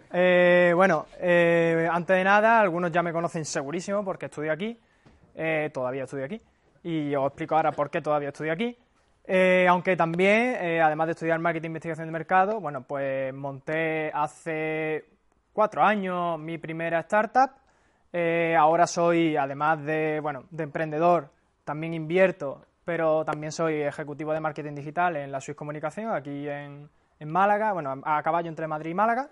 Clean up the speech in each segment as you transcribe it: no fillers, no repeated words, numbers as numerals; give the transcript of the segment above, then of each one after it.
Antes de nada, algunos ya me conocen segurísimo porque estudio aquí, todavía estudio aquí, y os explico ahora por qué todavía estudio aquí. Aunque también, además de estudiar marketing e investigación de mercado, bueno, pues monté hace 4 años mi primera startup. Ahora soy, además de emprendedor, también invierto, pero también soy ejecutivo de marketing digital en la Swiss Comunicación, aquí en Málaga, bueno, a caballo entre Madrid y Málaga.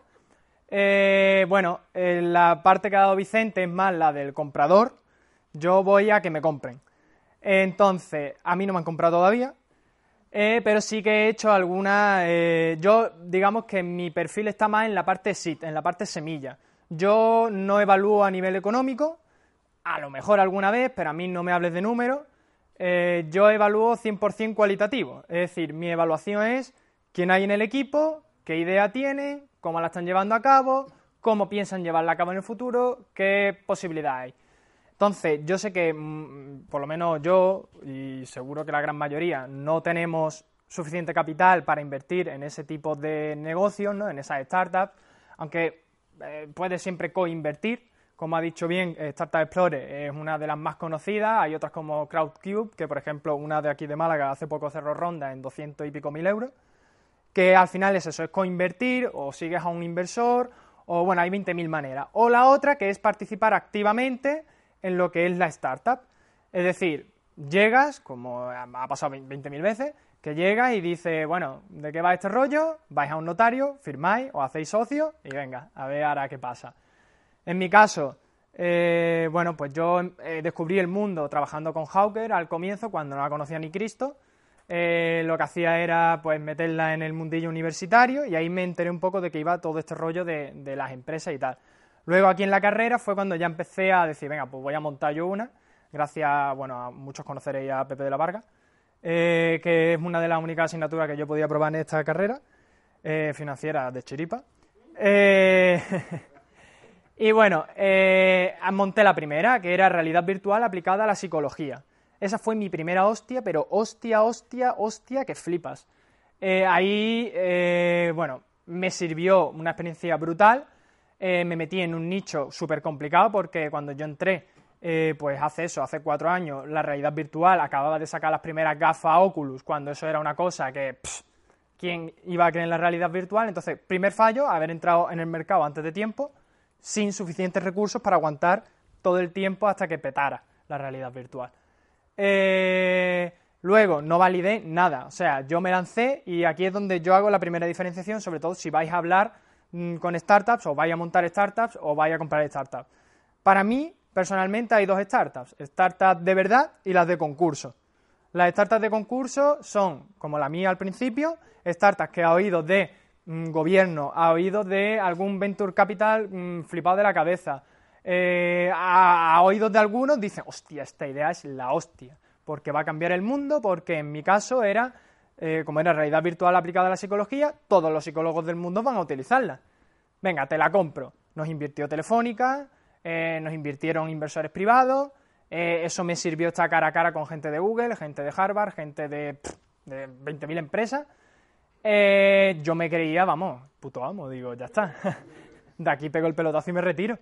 La parte que ha dado Vicente es más la del comprador. Yo voy a que me compren. Entonces, a mí no me han comprado todavía, pero sí que he hecho alguna. Yo, digamos que mi perfil está más en la parte seed, en la parte semilla. Yo no evalúo a nivel económico, a lo mejor alguna vez, pero a mí no me hables de números. Yo evalúo 100% cualitativo, es decir, mi evaluación es quién hay en el equipo, qué idea tienen, cómo la están llevando a cabo, cómo piensan llevarla a cabo en el futuro, qué posibilidad hay. Entonces, yo sé que, por lo menos yo, y seguro que la gran mayoría, no tenemos suficiente capital para invertir en ese tipo de negocios, ¿no? En esas startups, aunque puedes siempre coinvertir. Como ha dicho bien, Startup Explorer es una de las más conocidas. Hay otras como Crowdcube, que por ejemplo, una de aquí de Málaga hace poco cerró ronda en 200 y pico mil euros, que al final es eso, es coinvertir, o sigues a un inversor, o bueno, hay 20.000 maneras. O la otra, que es participar activamente en lo que es la startup. Es decir, llegas, como ha pasado 20.000 veces, que llegas y dices, bueno, ¿de qué va este rollo? Vais a un notario, firmáis, os hacéis socios y venga, a ver ahora qué pasa. En mi caso, pues yo descubrí el mundo trabajando con Hawker al comienzo, cuando no la conocía ni Cristo. Lo que hacía era pues meterla en el mundillo universitario y ahí me enteré un poco de que iba todo este rollo de las empresas y tal. Luego aquí en la carrera fue cuando ya empecé a decir, venga, pues voy a montar yo una, gracias, a muchos conoceréis a Pepe de la Varga, que es una de las únicas asignaturas que yo podía probar en esta carrera, financiera de chiripa. Y bueno, monté la primera, que era realidad virtual aplicada a la psicología. Esa fue mi primera hostia, pero hostia, que flipas. Me sirvió una experiencia brutal. Me metí en un nicho súper complicado porque cuando yo entré, hace 4 años, la realidad virtual acababa de sacar las primeras gafas Oculus, cuando eso era una cosa que, ¿quién iba a creer en la realidad virtual? Entonces, primer fallo, haber entrado en el mercado antes de tiempo, sin suficientes recursos para aguantar todo el tiempo hasta que petara la realidad virtual. Luego, no validé nada, o sea, yo me lancé y aquí es donde yo hago la primera diferenciación, sobre todo si vais a hablar con startups, o vais a montar startups, o vais a comprar startups. Para mí, personalmente, hay 2 startups de verdad y las de concurso. Las startups de concurso son, como la mía al principio, startups que ha oído de gobierno, ha oído de algún venture capital flipado de la cabeza, a oídos de algunos dicen, hostia, esta idea es la hostia, porque va a cambiar el mundo, porque en mi caso era, como era realidad virtual aplicada a la psicología, todos los psicólogos del mundo van a utilizarla. Venga, te la compro. Nos invirtió Telefónica, nos invirtieron inversores privados, eso me sirvió estar cara a cara con gente de Google, gente de Harvard, gente de 20.000 empresas. Yo me creía, vamos, puto amo, digo, ya está. De aquí pego el pelotazo y me retiro.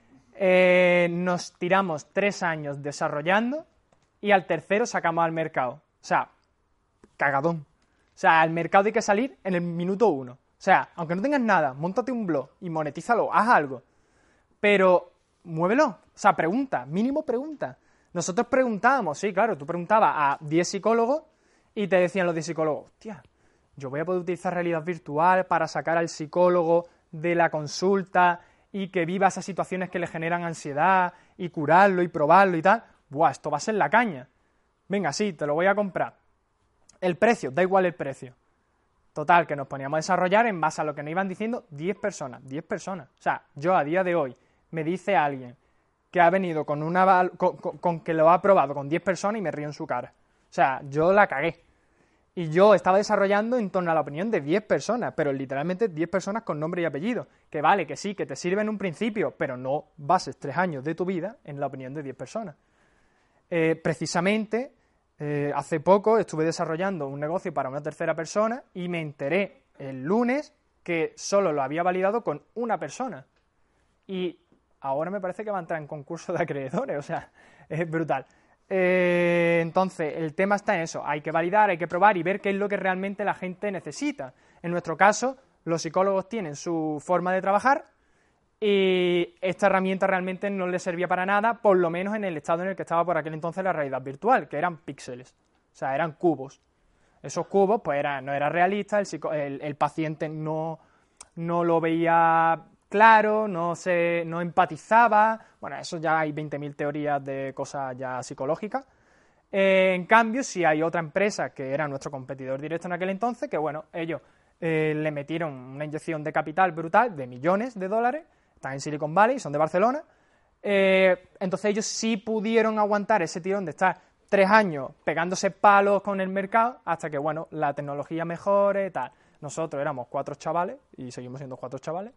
Nos tiramos 3 años desarrollando y al tercero sacamos al mercado. O sea, cagadón. O sea, al mercado hay que salir en el minuto 1. O sea, aunque no tengas nada, móntate un blog y monetízalo, haz algo. Pero muévelo. O sea, pregunta, mínimo pregunta. Nosotros preguntábamos, sí, claro, tú preguntabas a 10 psicólogos y te decían los 10 psicólogos, hostia, yo voy a poder utilizar realidad virtual para sacar al psicólogo de la consulta y que viva esas situaciones que le generan ansiedad y curarlo y probarlo y tal. Buah, esto va a ser la caña. Venga, sí, te lo voy a comprar. El precio, da igual el precio. Total, que nos poníamos a desarrollar en base a lo que nos iban diciendo 10 personas. 10 personas. O sea, yo a día de hoy me dice alguien que ha venido con que lo ha probado con 10 personas y me río en su cara. O sea, yo la cagué. Y yo estaba desarrollando en torno a la opinión de 10 personas, pero literalmente 10 personas con nombre y apellido. Que vale, que sí, que te sirve en un principio, pero no bases 3 años de tu vida en la opinión de 10 personas. Precisamente, hace poco estuve desarrollando un negocio para una tercera persona y me enteré el lunes que solo lo había validado con una persona. Y ahora me parece que va a entrar en concurso de acreedores, o sea, es brutal. Entonces, el tema está en eso, hay que validar, hay que probar y ver qué es lo que realmente la gente necesita. En nuestro caso, los psicólogos tienen su forma de trabajar y esta herramienta realmente no les servía para nada, por lo menos en el estado en el que estaba por aquel entonces la realidad virtual, que eran píxeles, o sea, eran cubos. Esos cubos pues no era realista, el paciente no lo veía claro, no empatizaba. Bueno, eso ya hay 20.000 teorías de cosas ya psicológicas. En cambio, si hay otra empresa que era nuestro competidor directo en aquel entonces, que bueno, ellos le metieron una inyección de capital brutal de millones de dólares, están en Silicon Valley, son de Barcelona, entonces ellos sí pudieron aguantar ese tirón de estar 3 años pegándose palos con el mercado hasta que, bueno, la tecnología mejore y tal. Nosotros éramos 4 chavales, y seguimos siendo 4 chavales,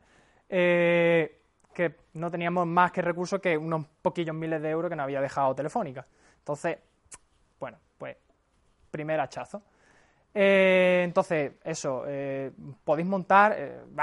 que no teníamos más que recursos que unos poquillos miles de euros que nos había dejado Telefónica. Entonces, bueno, pues, primer hachazo. Entonces, eso, podéis montar,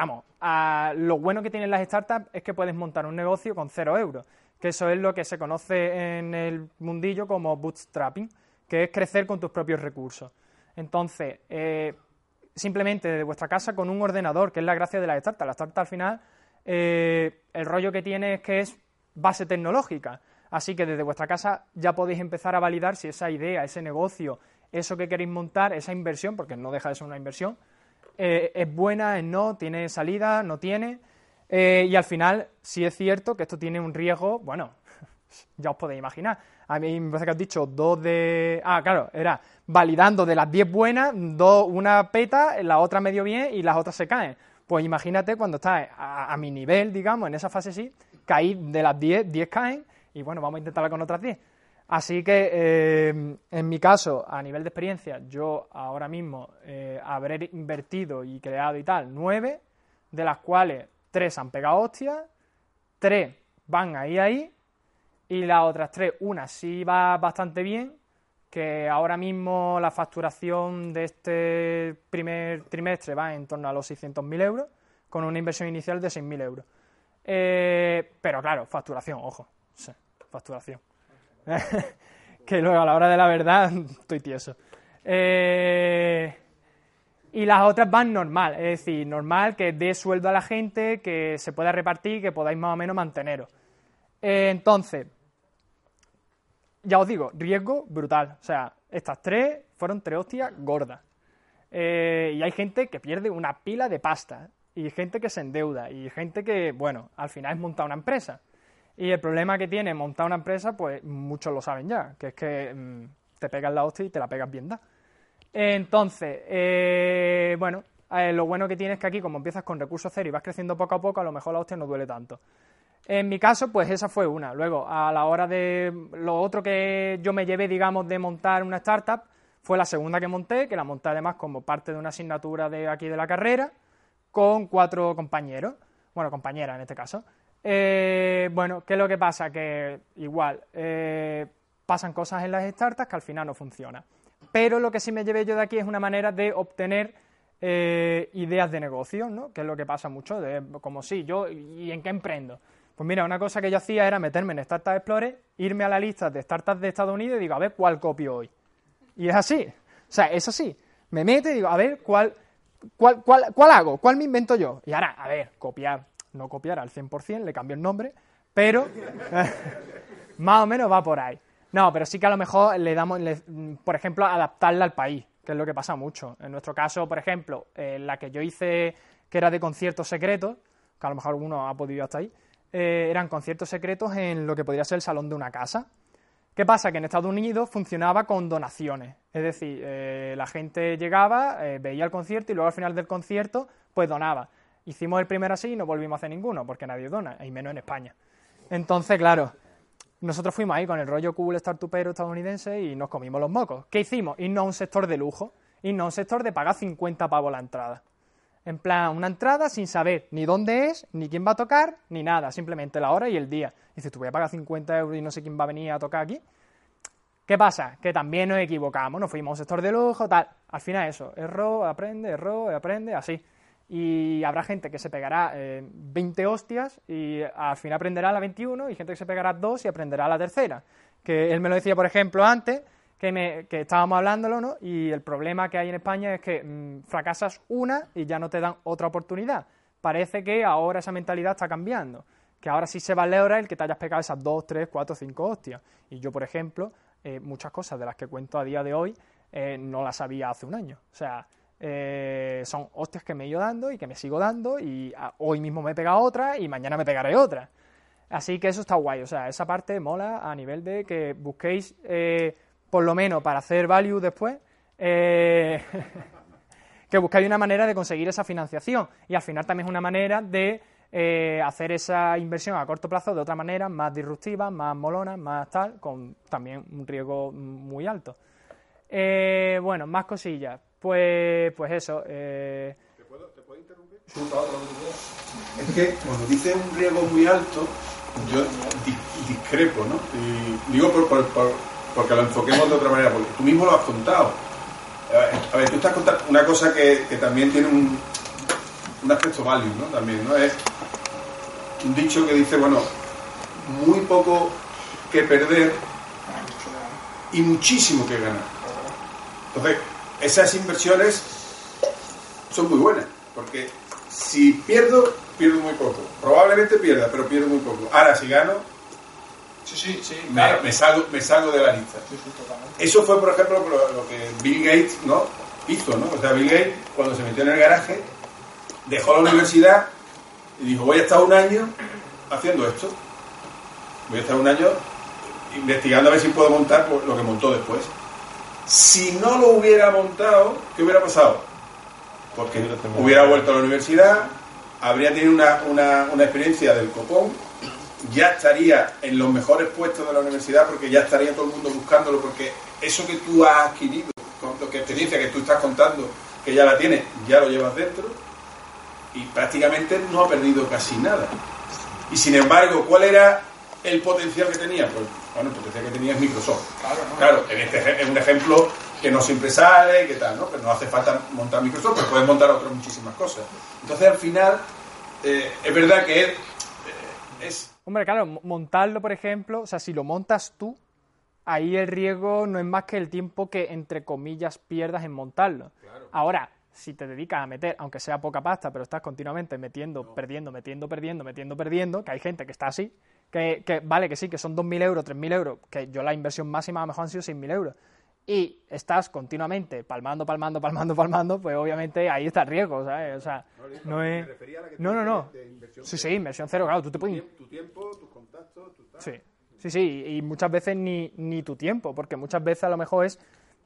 lo bueno que tienen las startups es que puedes montar un negocio con 0 euros, que eso es lo que se conoce en el mundillo como bootstrapping, que es crecer con tus propios recursos. Entonces, simplemente desde vuestra casa con un ordenador, que es la gracia de las startups. La startup al final, el rollo que tiene es que es base tecnológica, así que desde vuestra casa ya podéis empezar a validar si esa idea, ese negocio, eso que queréis montar, esa inversión, porque no deja de ser una inversión, es buena, es no, tiene salida, no tiene, y al final sí es cierto que esto tiene un riesgo, bueno, ya os podéis imaginar. A mí me parece que has dicho 2 de... Ah, claro, era validando de las 10 buenas, 2, una peta, la otra medio bien y las otras se caen. Pues imagínate cuando estás a mi nivel, digamos, en esa fase sí, caí de las 10 caen y bueno, vamos a intentarla con otras 10. Así que, en mi caso, a nivel de experiencia, yo ahora mismo habré invertido y creado y tal 9, de las cuales 3 han pegado hostias, 3 van ahí, y las otras 3, una sí va bastante bien, que ahora mismo la facturación de este primer trimestre va en torno a los 600.000 euros, con una inversión inicial de 6.000 euros. Pero claro, facturación, ojo, sí, facturación. Que luego a la hora de la verdad estoy tieso. Y las otras van normal, es decir, normal que dé sueldo a la gente, que se pueda repartir, que podáis más o menos manteneros. Entonces, ya os digo, riesgo brutal. O sea, estas 3 fueron 3 hostias gordas. Y hay gente que pierde una pila de pasta, y gente que se endeuda, y gente que, bueno, al final es montar una empresa. Y el problema que tiene montar una empresa, pues muchos lo saben ya, que es que te pegas la hostia y te la pegas bien da. Entonces, bueno, lo bueno que tienes es que aquí, como empiezas con recursos cero y vas creciendo poco a poco, a lo mejor la hostia no duele tanto. En mi caso, pues esa fue una. Luego, a la hora de... Lo otro que yo me llevé, digamos, de montar una startup, fue la segunda que monté, que la monté además como parte de una asignatura de aquí de la carrera, con 4 compañeros. Bueno, compañeras en este caso. Bueno, ¿qué es lo que pasa? Que igual, pasan cosas en las startups que al final no funcionan. Pero lo que sí me llevé yo de aquí es una manera de obtener ideas de negocio, ¿no? Que es lo que pasa mucho, como sí, yo, ¿y en qué emprendo? Pues mira, una cosa que yo hacía era meterme en Startup Explorer, irme a la lista de startups de Estados Unidos y digo, a ver, ¿cuál copio hoy? Y es así, o sea, es así. Me meto y digo, a ver, ¿cuál hago? ¿Cuál me invento yo? Y ahora, a ver, copiar, no copiar al 100%, le cambio el nombre, pero más o menos va por ahí. No, pero sí que a lo mejor le damos, por ejemplo, adaptarla al país, que es lo que pasa mucho. En nuestro caso, por ejemplo, la que yo hice, que era de conciertos secretos, que a lo mejor alguno ha podido ir hasta ahí, eran conciertos secretos en lo que podría ser el salón de una casa. ¿Qué pasa? Que en Estados Unidos funcionaba con donaciones. Es decir, la gente llegaba, veía el concierto y luego al final del concierto, pues donaba. Hicimos el primero así y no volvimos a hacer ninguno, porque nadie dona, y menos en España. Entonces, claro, nosotros fuimos ahí con el rollo cool startupero estadounidense y nos comimos los mocos. ¿Qué hicimos? Irnos a un sector de lujo, irnos a un sector de pagar 50 pavos la entrada. En plan, una entrada sin saber ni dónde es, ni quién va a tocar, ni nada, simplemente la hora y el día. Dices, tú voy a pagar 50 euros y no sé quién va a venir a tocar aquí. ¿Qué pasa? Que también nos equivocamos, nos fuimos a un sector de lujo, tal. Al final eso, error, aprende, así. y habrá gente que se pegará 20 hostias y al final aprenderá la 21 y gente que se pegará 2 y aprenderá la tercera. Que él me lo decía, por ejemplo, antes, que estábamos hablándolo, ¿no? Y el problema que hay en España es que fracasas una y ya no te dan otra oportunidad. Parece que ahora esa mentalidad está cambiando, que ahora sí se valora el que te hayas pegado esas 2, 3, 4, 5 hostias. Y yo, por ejemplo, muchas cosas de las que cuento a día de hoy no las sabía hace un año. O sea, son hostias que me he ido dando y que me sigo dando y hoy mismo me he pegado otra y mañana me pegaré otra. Así que eso está guay, o sea, esa parte mola a nivel de que busquéis, por lo menos para hacer value después, que buscáis una manera de conseguir esa financiación y al final también es una manera de hacer esa inversión a corto plazo de otra manera, más disruptiva, más molona, más tal, con también un riesgo muy alto. Bueno, más cosillas. Pues eso. ¿Te puedo interrumpir? Es que cuando dices un riesgo muy alto, yo discrepo, ¿no? Y digo porque lo enfoquemos de otra manera, porque tú mismo lo has contado. A ver, tú estás contando una cosa que también tiene un aspecto value, ¿no? También, ¿no? Es un dicho que dice, bueno, muy poco que perder y muchísimo que ganar. Entonces, esas inversiones son muy buenas, porque si pierdo muy poco. Probablemente pierda, pero pierdo muy poco. Ahora, si gano, claro, me salgo de la lista. Sí, totalmente. Eso fue, por ejemplo, lo que Bill Gates, ¿no? hizo, ¿no? O sea, Bill Gates, cuando se metió en el garaje, dejó la universidad y dijo, voy a estar un año haciendo esto. Voy a estar un año investigando a ver si puedo montar lo que montó después. Si no lo hubiera montado, ¿qué hubiera pasado? Porque hubiera vuelto a la universidad, habría tenido una experiencia del copón, ya estaría en los mejores puestos de la universidad porque ya estaría todo el mundo buscándolo, porque eso que tú has adquirido, con la experiencia que tú estás contando, que ya la tienes, ya lo llevas dentro y prácticamente no ha perdido casi nada. Y sin embargo, ¿cuál era el potencial que tenía? Pues bueno, el potencial que tenía es Microsoft. Claro, es un ejemplo que no siempre sale, que tal, ¿no? Pero no hace falta montar Microsoft, pero puedes montar otras muchísimas cosas. Entonces, al final, es verdad que es... Hombre, claro, montarlo, por ejemplo, o sea, si lo montas tú, ahí el riesgo no es más que el tiempo que, entre comillas, pierdas en montarlo. Claro. Ahora, si te dedicas a meter, aunque sea poca pasta, pero estás continuamente metiendo, perdiendo, que hay gente que está así, que vale, que sí, que son 2.000 euros, 3.000 euros, que yo la inversión máxima a lo mejor han sido 6.000 euros, y estás continuamente palmando, pues obviamente ahí está el riesgo, ¿sabes? O sea, no es... No. Sí, inversión cero, claro, tú te puedes... Tu tiempo, tus contactos, tu tal... Sí, y muchas veces ni tu tiempo, porque muchas veces a lo mejor es,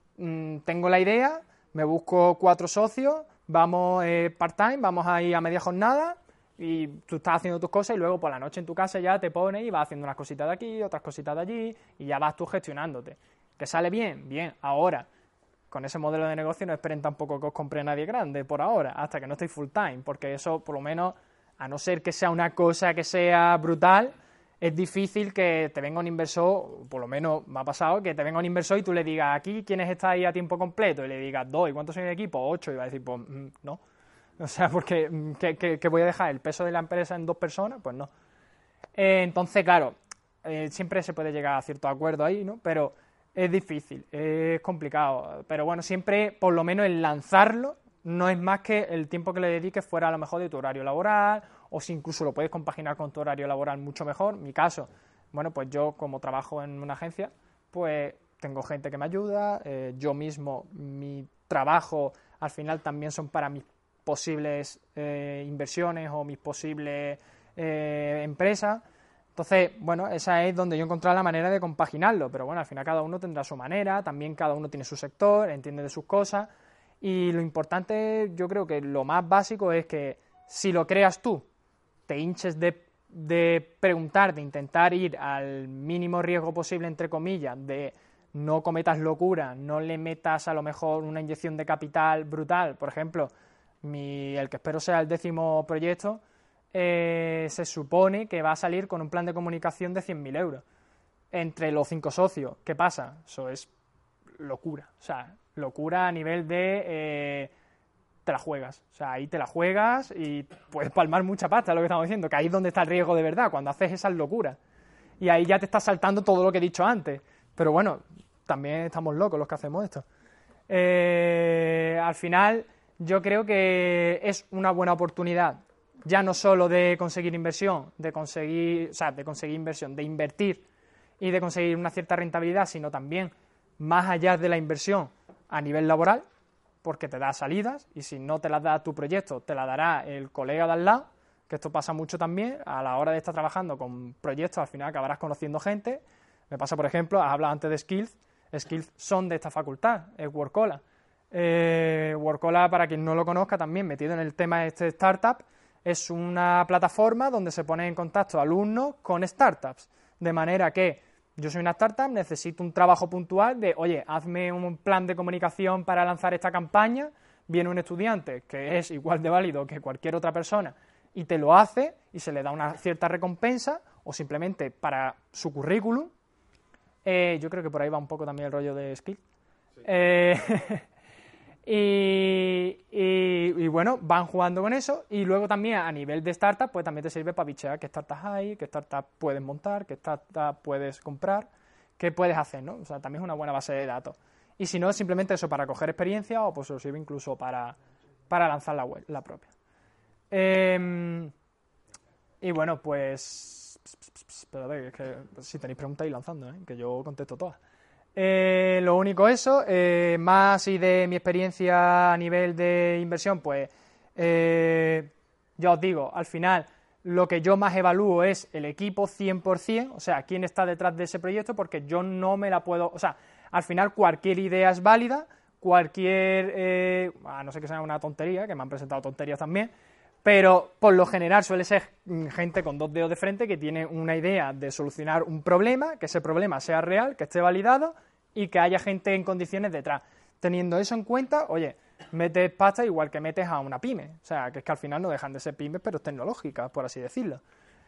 tengo la idea, me busco 4 socios, vamos part-time, vamos a ir a media jornada, y tú estás haciendo tus cosas y luego por la noche en tu casa ya te pones y vas haciendo unas cositas de aquí, otras cositas de allí, y ya vas tú gestionándote. ¿Que sale bien? Bien. Ahora, con ese modelo de negocio no esperen tampoco que os compre nadie grande por ahora, hasta que no estéis full time, porque eso, por lo menos, a no ser que sea una cosa que sea brutal, es difícil que te venga un inversor, por lo menos me ha pasado, que te venga un inversor y tú le digas, aquí, ¿quiénes estáis a tiempo completo? Y le digas, 2, ¿y cuántos son en el equipo? 8, y va a decir, pues, no. O sea, porque, ¿qué voy a dejar? ¿El peso de la empresa en 2 personas? Pues no. Entonces, claro, siempre se puede llegar a cierto acuerdo ahí, ¿no? Pero es difícil, es complicado, pero bueno, siempre, por lo menos el lanzarlo, no es más que el tiempo que le dediques fuera a lo mejor de tu horario laboral, o si incluso lo puedes compaginar con tu horario laboral mucho mejor. Mi caso, bueno, pues yo como trabajo en una agencia, pues tengo gente que me ayuda, yo mismo, mi trabajo al final también son para mis posibles inversiones o mis posibles empresas. Entonces, bueno, esa es donde yo he encontrado la manera de compaginarlo, pero bueno, al final cada uno tendrá su manera, también cada uno tiene su sector, entiende de sus cosas, y lo importante, yo creo que lo más básico es que si lo creas tú, te hinches de preguntar, de intentar ir al mínimo riesgo posible, entre comillas, de no cometas locura, no le metas a lo mejor una inyección de capital brutal. Por ejemplo, el que espero sea el 10º proyecto, se supone que va a salir con un plan de comunicación de 100.000 euros entre los 5 socios. ¿Qué pasa? Eso es locura, o sea, locura a nivel de te la juegas. O sea, ahí te la juegas y puedes palmar mucha pasta, es lo que estamos diciendo, que ahí es donde está el riesgo de verdad, cuando haces esas locuras. Y ahí ya te estás saltando todo lo que he dicho antes. Pero bueno, también estamos locos los que hacemos esto. Al final, yo creo que es una buena oportunidad, ya no solo de conseguir inversión, de invertir y de conseguir una cierta rentabilidad, sino también más allá de la inversión a nivel laboral, porque te da salidas, y si no te las da tu proyecto, te la dará el colega de al lado, que esto pasa mucho también, a la hora de estar trabajando con proyectos, al final acabarás conociendo gente. Me pasa, por ejemplo, has hablado antes de Skills, Skills son de esta facultad, es Workola. Workola, para quien no lo conozca, también metido en el tema de este startup, es una plataforma donde se ponen en contacto alumnos con startups, de manera que yo soy una startup, necesito un trabajo puntual de, oye, hazme un plan de comunicación para lanzar esta campaña, viene un estudiante que es igual de válido que cualquier otra persona y te lo hace y se le da una cierta recompensa o simplemente para su currículum. Yo creo que por ahí va un poco también el rollo de Skill. Sí. Y bueno, van jugando con eso y luego también a nivel de startup pues también te sirve para bichear qué startups hay, qué startups puedes montar, qué startups puedes comprar, qué puedes hacer, ¿no? O sea, también es una buena base de datos. Y si no, simplemente eso para coger experiencia o pues os sirve incluso para lanzar la web, la propia. Y bueno, pues... Pero a ver, es que si tenéis preguntas ir lanzando, que yo contesto todas. Lo único eso, más y de mi experiencia a nivel de inversión, pues ya os digo, al final lo que yo más evalúo es el equipo 100%, o sea, quién está detrás de ese proyecto, porque yo no me la puedo, o sea, al final cualquier idea es válida, cualquier, a no ser que sea una tontería, que me han presentado tonterías también, pero por lo general suele ser gente con dos dedos de frente que tiene una idea de solucionar un problema, que ese problema sea real, que esté validado y que haya gente en condiciones detrás. Teniendo eso en cuenta, oye, metes pasta igual que metes a una pyme. O sea, que es que al final no dejan de ser pymes, pero tecnológicas, por así decirlo.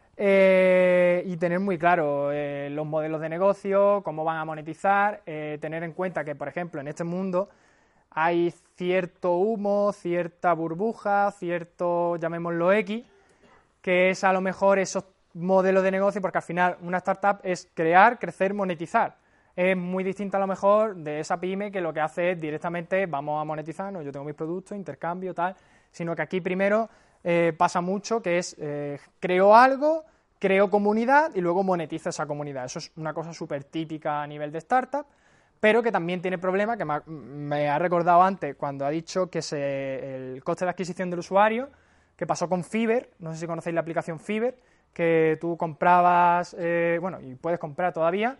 Y tener muy claro los modelos de negocio, cómo van a monetizar, tener en cuenta que, por ejemplo, en este mundo hay cierto humo, cierta burbuja, cierto, llamémoslo X, que es a lo mejor esos modelos de negocio, porque al final una startup es crear, crecer, monetizar. Es muy distinta a lo mejor de esa pyme que lo que hace es directamente vamos a monetizar, no, yo tengo mis productos, intercambio, tal, sino que aquí primero pasa mucho que es creo algo, creo comunidad y luego monetizo esa comunidad. Eso es una cosa súper típica a nivel de startup, pero que también tiene problemas, que me ha recordado antes cuando ha dicho que el coste de adquisición del usuario, que pasó con Fiverr, no sé si conocéis la aplicación Fiverr, que tú comprabas, bueno, y puedes comprar todavía,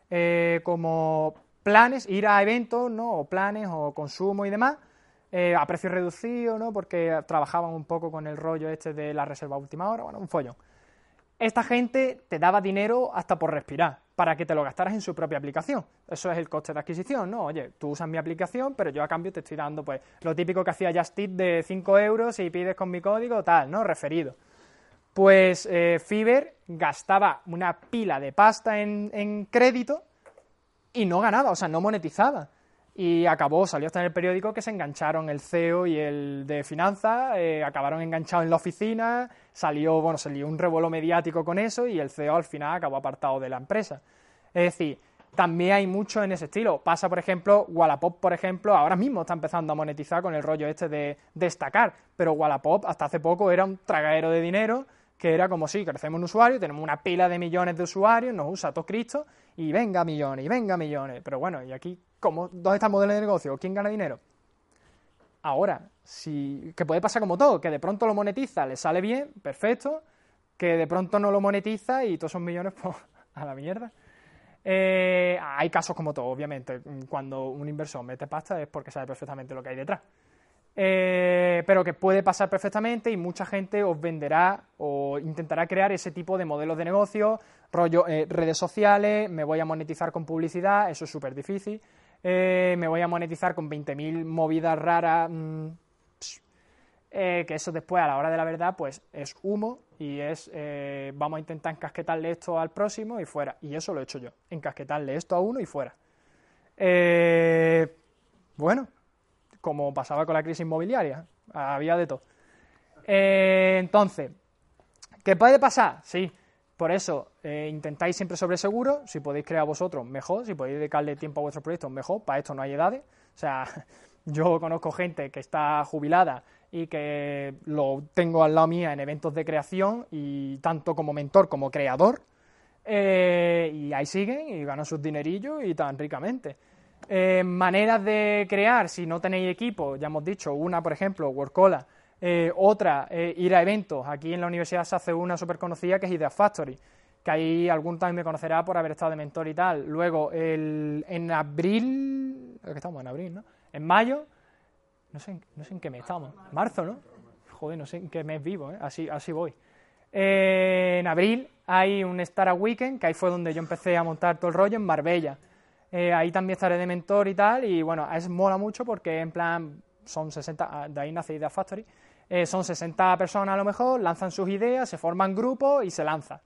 como planes, ir a eventos, ¿no? O planes o consumo y demás, a precio reducido, ¿no? Porque trabajaban un poco con el rollo este de la reserva a última hora, bueno, un follón. Esta gente te daba dinero hasta por respirar, para que te lo gastaras en su propia aplicación. Eso es el coste de adquisición, ¿no? Oye, tú usas mi aplicación, pero yo a cambio te estoy dando, pues, lo típico que hacía Just Eat de 5 euros y pides con mi código, tal, ¿no? Referido. Pues Fiverr gastaba una pila de pasta en crédito y no ganaba, o sea, no monetizaba. Y salió hasta en el periódico que se engancharon el CEO y el de finanzas, acabaron enganchados en la oficina, salió un revuelo mediático con eso y el CEO al final acabó apartado de la empresa. Es decir, también hay mucho en ese estilo. Pasa, por ejemplo, Wallapop, por ejemplo, ahora mismo está empezando a monetizar con el rollo este de destacar, pero Wallapop hasta hace poco era un tragadero de dinero, que era como si crecemos un usuario, tenemos una pila de millones de usuarios, nos usa todo Cristo, y venga millones. Pero bueno, ¿y aquí dónde está el modelo de negocio? ¿Quién gana dinero? Ahora, que puede pasar como todo, que de pronto lo monetiza, le sale bien, perfecto, que de pronto no lo monetiza y todos esos millones, pues, a la mierda. Hay casos como todo, obviamente. Cuando un inversor mete pasta es porque sabe perfectamente lo que hay detrás. Pero que puede pasar perfectamente y mucha gente os venderá o intentará crear ese tipo de modelos de negocio, rollo redes sociales, me voy a monetizar con publicidad, eso es súper difícil, me voy a monetizar con 20.000 movidas raras, que eso después a la hora de la verdad pues es humo y es vamos a intentar encasquetarle esto al próximo y fuera, y eso lo he hecho yo, encasquetarle esto a uno y fuera. Bueno, como pasaba con la crisis inmobiliaria, había de todo. Entonces, ¿qué puede pasar? Sí, por eso intentáis siempre sobre seguro. Si podéis crear vosotros, mejor. Si podéis dedicarle tiempo a vuestros proyectos, mejor. Para esto no hay edades. O sea, yo conozco gente que está jubilada y que lo tengo al lado mía en eventos de creación, y tanto como mentor como creador, y ahí siguen y ganan sus dinerillos y tan ricamente. Maneras de crear, si no tenéis equipo, ya hemos dicho, una por ejemplo, Workola, otra, ir a eventos. Aquí en la universidad se hace una súper conocida que es Idea Factory, que ahí algún también me conocerá por haber estado de mentor y tal. Luego, en abril, que estamos en abril, ¿no? En mayo, no sé en qué mes estamos, marzo, ¿no? Joder, no sé en qué mes vivo, ¿eh? Así voy. En abril hay un Startup Weekend, que ahí fue donde yo empecé a montar todo el rollo, en Marbella. Ahí también estaré de mentor y tal, y bueno, es mola mucho porque en plan son 60, de ahí nace Idea Factory, son 60 personas a lo mejor, lanzan sus ideas, se forman grupos y se lanza.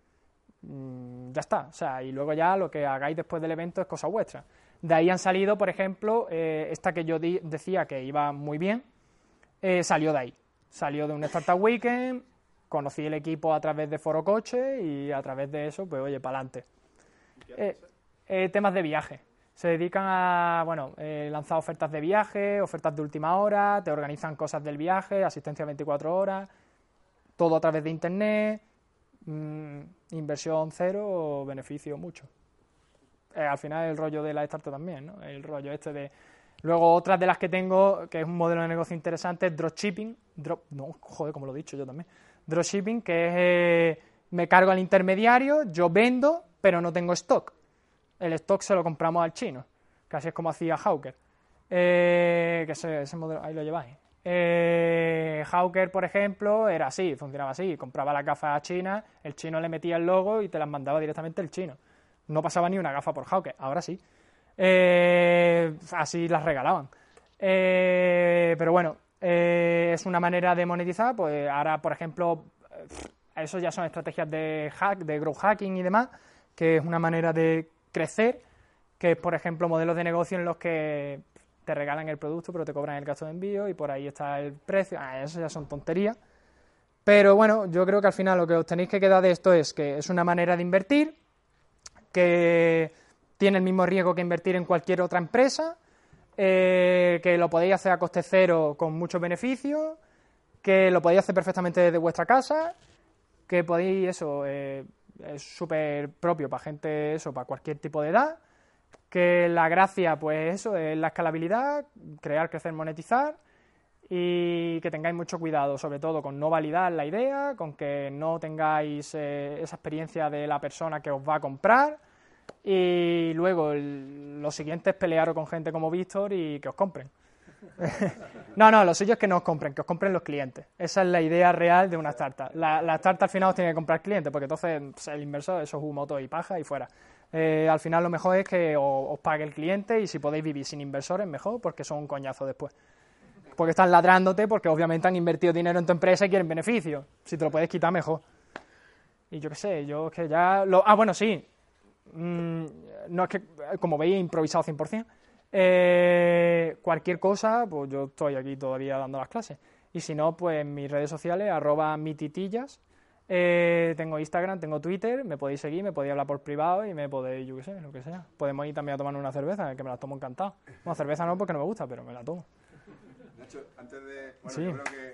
Ya está, o sea, y luego ya lo que hagáis después del evento es cosa vuestra. De ahí han salido, por ejemplo, esta que yo decía que iba muy bien, salió de ahí, salió de un Startup Weekend, conocí el equipo a través de Foro Coche y a través de eso, pues oye, para adelante. Temas de viaje. Se dedican a, bueno, lanzar ofertas de viaje, ofertas de última hora, te organizan cosas del viaje, asistencia 24 horas, todo a través de internet, inversión cero, beneficio mucho. Al final el rollo de la startup también, ¿no? El rollo este de... Luego otras de las que tengo, que es un modelo de negocio interesante, es dropshipping. Como lo he dicho yo también. Dropshipping, que es me cargo al intermediario, yo vendo, pero no tengo stock. El stock se lo compramos al chino, que así es como hacía Hawker. Que ese modelo, ahí lo lleváis. Hawker, por ejemplo, era así, funcionaba así. Compraba las gafas a China, el chino le metía el logo y te las mandaba directamente el chino. No pasaba ni una gafa por Hawker, ahora sí. Así las regalaban. Pero bueno, es una manera de monetizar. Pues ahora, por ejemplo, eso ya son estrategias de growth hacking y demás, que es una manera de crecer, que es, por ejemplo, modelos de negocio en los que te regalan el producto pero te cobran el gasto de envío y por ahí está el precio. Eso ya son tonterías. Pero bueno, yo creo que al final lo que os tenéis que quedar de esto es que es una manera de invertir, que tiene el mismo riesgo que invertir en cualquier otra empresa, que lo podéis hacer a coste cero con muchos beneficios, que lo podéis hacer perfectamente desde vuestra casa, que podéis, eso, es súper propio para gente, eso, para cualquier tipo de edad, que la gracia, pues eso, es la escalabilidad, crear, crecer, monetizar, y que tengáis mucho cuidado, sobre todo, con no validar la idea, con que no tengáis esa experiencia de la persona que os va a comprar, y luego lo siguiente es pelearos con gente como Víctor y que os compren. No, lo suyo es que no os compren, que os compren los clientes. Esa es la idea real de una startup. La startup al final os tiene que comprar clientes, porque entonces el inversor, eso es humo todo y paja y fuera. Al final lo mejor es que os pague el cliente, y si podéis vivir sin inversores, mejor, porque son un coñazo después. Porque están ladrándote, porque obviamente han invertido dinero en tu empresa y quieren beneficios. Si te lo puedes quitar, mejor. Y yo qué sé, yo es que ya... bueno, sí. No es que, como veis, he improvisado 100%. Cualquier cosa, pues yo estoy aquí todavía dando las clases. Y si no, pues en mis redes sociales, @mititillas. Tengo Instagram, tengo Twitter, me podéis seguir, me podéis hablar por privado y me podéis, yo qué sé, lo que sea. Podemos ir también a tomar una cerveza, que me la tomo encantado. Bueno, cerveza no, porque no me gusta, pero me la tomo. Nacho, antes de... Bueno, sí. Yo creo que...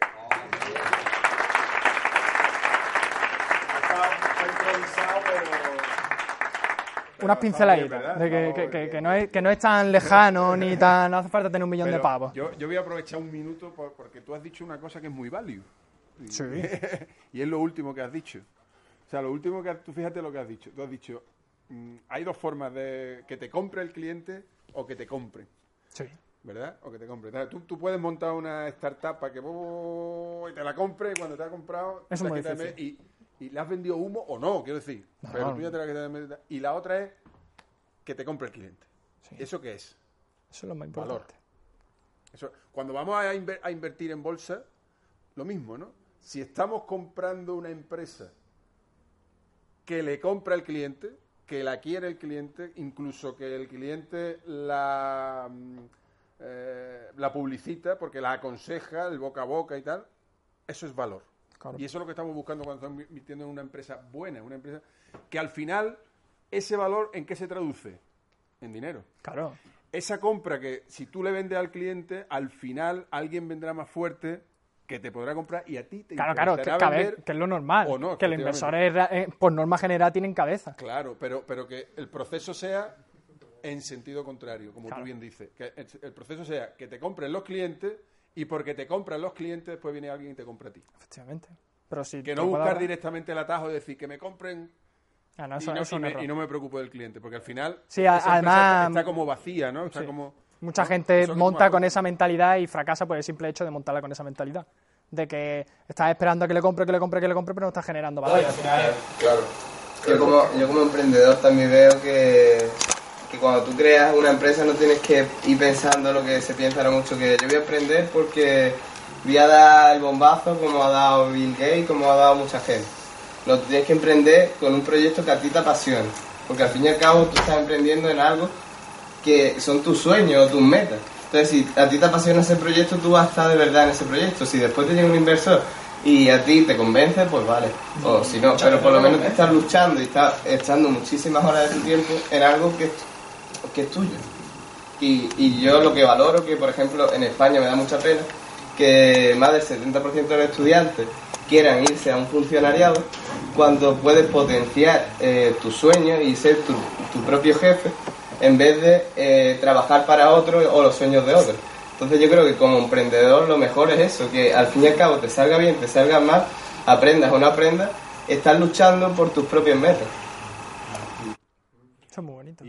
Está improvisado, pero unas pinceladitas, de que no es tan lejano ni tan... No hace falta tener 1.000.000 de pavos. Yo voy a aprovechar un minuto porque tú has dicho una cosa que es muy value. Sí. Y es lo último que has dicho. O sea, lo último que tú fíjate lo que has dicho. Tú has dicho, hay dos formas de que te compre el cliente o que te compren. Sí. ¿Verdad? O que te compre. Tú puedes montar una startup para que y te la compre, y cuando te ha comprado... Es muy difícil. Y le has vendido humo o no, quiero decir. No, pero tú ya te la quedas. Y la otra es que te compre el cliente. Sí. ¿Eso qué es? Eso es lo más importante. Valor. Eso, cuando vamos a invertir en bolsa, lo mismo, ¿no? Si estamos comprando una empresa que le compra al cliente, que la quiere el cliente, incluso que el cliente la la publicita, porque la aconseja, el boca a boca y tal, eso es valor. Claro. Y eso es lo que estamos buscando cuando estamos invirtiendo en una empresa buena, una empresa que al final, ese valor, ¿en qué se traduce? En dinero. Claro. Esa compra que si tú le vendes al cliente, al final alguien vendrá más fuerte que te podrá comprar y a ti te Claro, que es lo normal. O no, que los inversores, por norma general, tienen cabeza. Claro, pero que el proceso sea en sentido contrario, como tú bien dices. Que el proceso sea que te compren los clientes y porque te compran los clientes, después viene alguien y te compra a ti. Efectivamente. Pero si que no buscar directamente el atajo y decir que me compren y no me preocupo del cliente, porque al final además está como vacía, ¿no? Está mucha gente monta con esa mentalidad y fracasa por el simple hecho de montarla con esa mentalidad. De que estás esperando a que le compre, pero no estás generando valor. Claro. Yo como emprendedor también veo que cuando tú creas una empresa no tienes que ir pensando lo que se piensa ahora mucho, que yo voy a emprender porque voy a dar el bombazo como ha dado Bill Gates, como ha dado mucha gente. Lo tienes que emprender con un proyecto que a ti te apasione, porque al fin y al cabo tú estás emprendiendo en algo que son tus sueños o tus metas. Entonces, si a ti te apasiona ese proyecto, tú vas a estar de verdad en ese proyecto. Si después te llega un inversor y a ti te convence, pues vale. O si no, pero por lo menos te estás luchando y estás echando muchísimas horas de tu tiempo en algo que es tuyo. Y yo lo que valoro, que por ejemplo en España me da mucha pena, que más del 70% de los estudiantes quieran irse a un funcionariado cuando puedes potenciar tus sueños y ser tu propio jefe en vez de trabajar para otro o los sueños de otros. Entonces yo creo que como emprendedor lo mejor es eso, que al fin y al cabo te salga bien, te salga mal, aprendas o no aprendas, estás luchando por tus propias metas. Eso es muy bonito.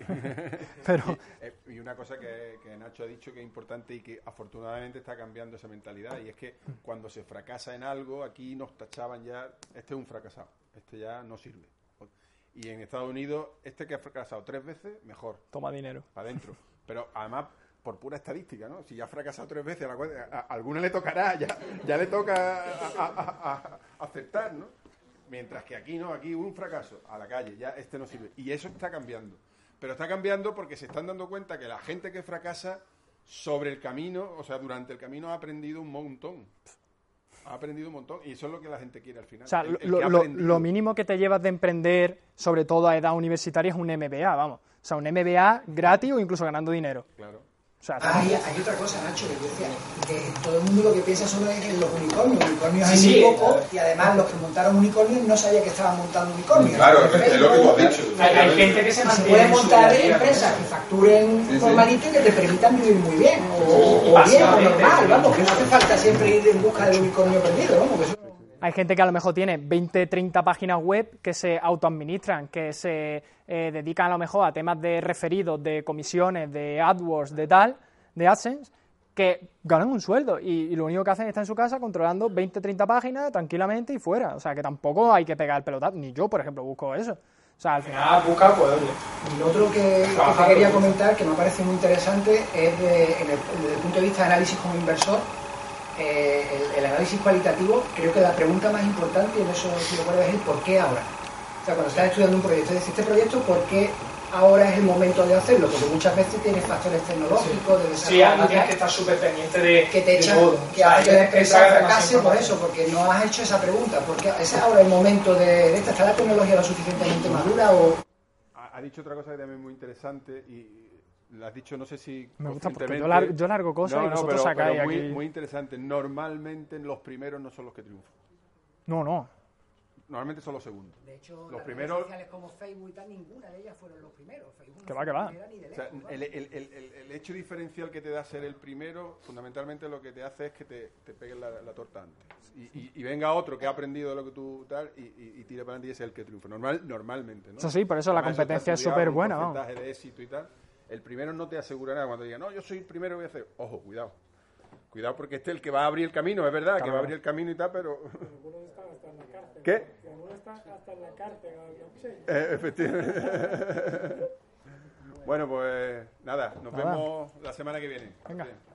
Y una cosa que Nacho ha dicho que es importante y que afortunadamente está cambiando esa mentalidad, y es que cuando se fracasa en algo, aquí nos tachaban ya, este es un fracasado, este ya no sirve. Y en Estados Unidos, este que ha fracasado 3 veces, mejor. Toma dinero. Para adentro. Pero además, por pura estadística, ¿no? Si ya ha fracasado 3 veces, a alguna le tocará, ya le toca aceptar, ¿no? Mientras que aquí no, aquí un fracaso, a la calle, ya este no sirve. Y eso está cambiando. Pero está cambiando porque se están dando cuenta que la gente que fracasa sobre el camino, o sea, durante el camino ha aprendido un montón. Ha aprendido un montón y eso es lo que la gente quiere al final. O sea, lo mínimo que te llevas de emprender, sobre todo a edad universitaria, es un MBA, vamos. O sea, un MBA gratis o incluso ganando dinero. Claro. O sea, hay otra cosa, Nacho, que yo decía, que todo el mundo lo que piensa solo es en los unicornios. Unicornios hay muy poco, y además los que montaron unicornios no sabían que estaban montando unicornios. Claro, es lo que tú has dicho. Hay gente que se puede montar empresas que facturen formalito y que te permitan vivir muy bien, o bien, o normal, vamos, que no hace falta siempre ir en busca del unicornio perdido, vamos, que eso... Hay gente que a lo mejor tiene 20, 30 páginas web que se autoadministran, que se dedican a lo mejor a temas de referidos, de comisiones, de AdWords, de tal, de AdSense, que ganan un sueldo y lo único que hacen es estar en su casa controlando 20, 30 páginas tranquilamente y fuera. O sea, que tampoco hay que pegar el pelotazo. Ni yo, por ejemplo, busco eso. O sea, al final busca poder. Y lo otro que te quería comentar, que me parece muy interesante, es desde el punto de vista de análisis como inversor. El análisis cualitativo, creo que la pregunta más importante, y en eso si lo recuerdas, es el por qué ahora. O sea, cuando estás estudiando un proyecto, es decir, este proyecto, ¿por qué ahora es el momento de hacerlo? Porque muchas veces tienes factores tecnológicos, de desarrollo. Sí, ahora tienes que estar súper pendiente de que te echan, todo. Que hace que la empresa fracase por eso, porque no has hecho esa pregunta. Porque ese es ahora el momento de esta. ¿Está la tecnología lo suficientemente madura o...? Ha dicho otra cosa que también es muy interesante y lo has dicho, no sé si me gusta porque yo largo cosas y vosotros sacáis pero muy, aquí. muy interesante. Normalmente los primeros no son los que triunfan. No. Normalmente son los segundos. De hecho, los las primeros... redes sociales como Facebook y tal, ninguna de ellas fueron los primeros. Facebook que va. O sea, el hecho diferencial que te da ser el primero, fundamentalmente lo que te hace es que te pegue la torta antes. Y venga otro que ha aprendido de lo que tú tal y tire para adelante y ese es el que triunfa. Normalmente, ¿no? Eso sí, por eso además, la competencia es súper buena. Un porcentaje de éxito y tal. El primero no te asegura nada. Cuando diga, no, yo soy el primero, voy a hacer... Ojo, cuidado. Cuidado porque este es el que va a abrir el camino, es verdad, claro, que va a abrir el camino y tal, pero... Algunos están hasta en la cárcel. ¿Qué? Algunos están hasta en la cárcel. Efectivamente. Bueno, pues nada, nos vemos la semana que viene. Venga.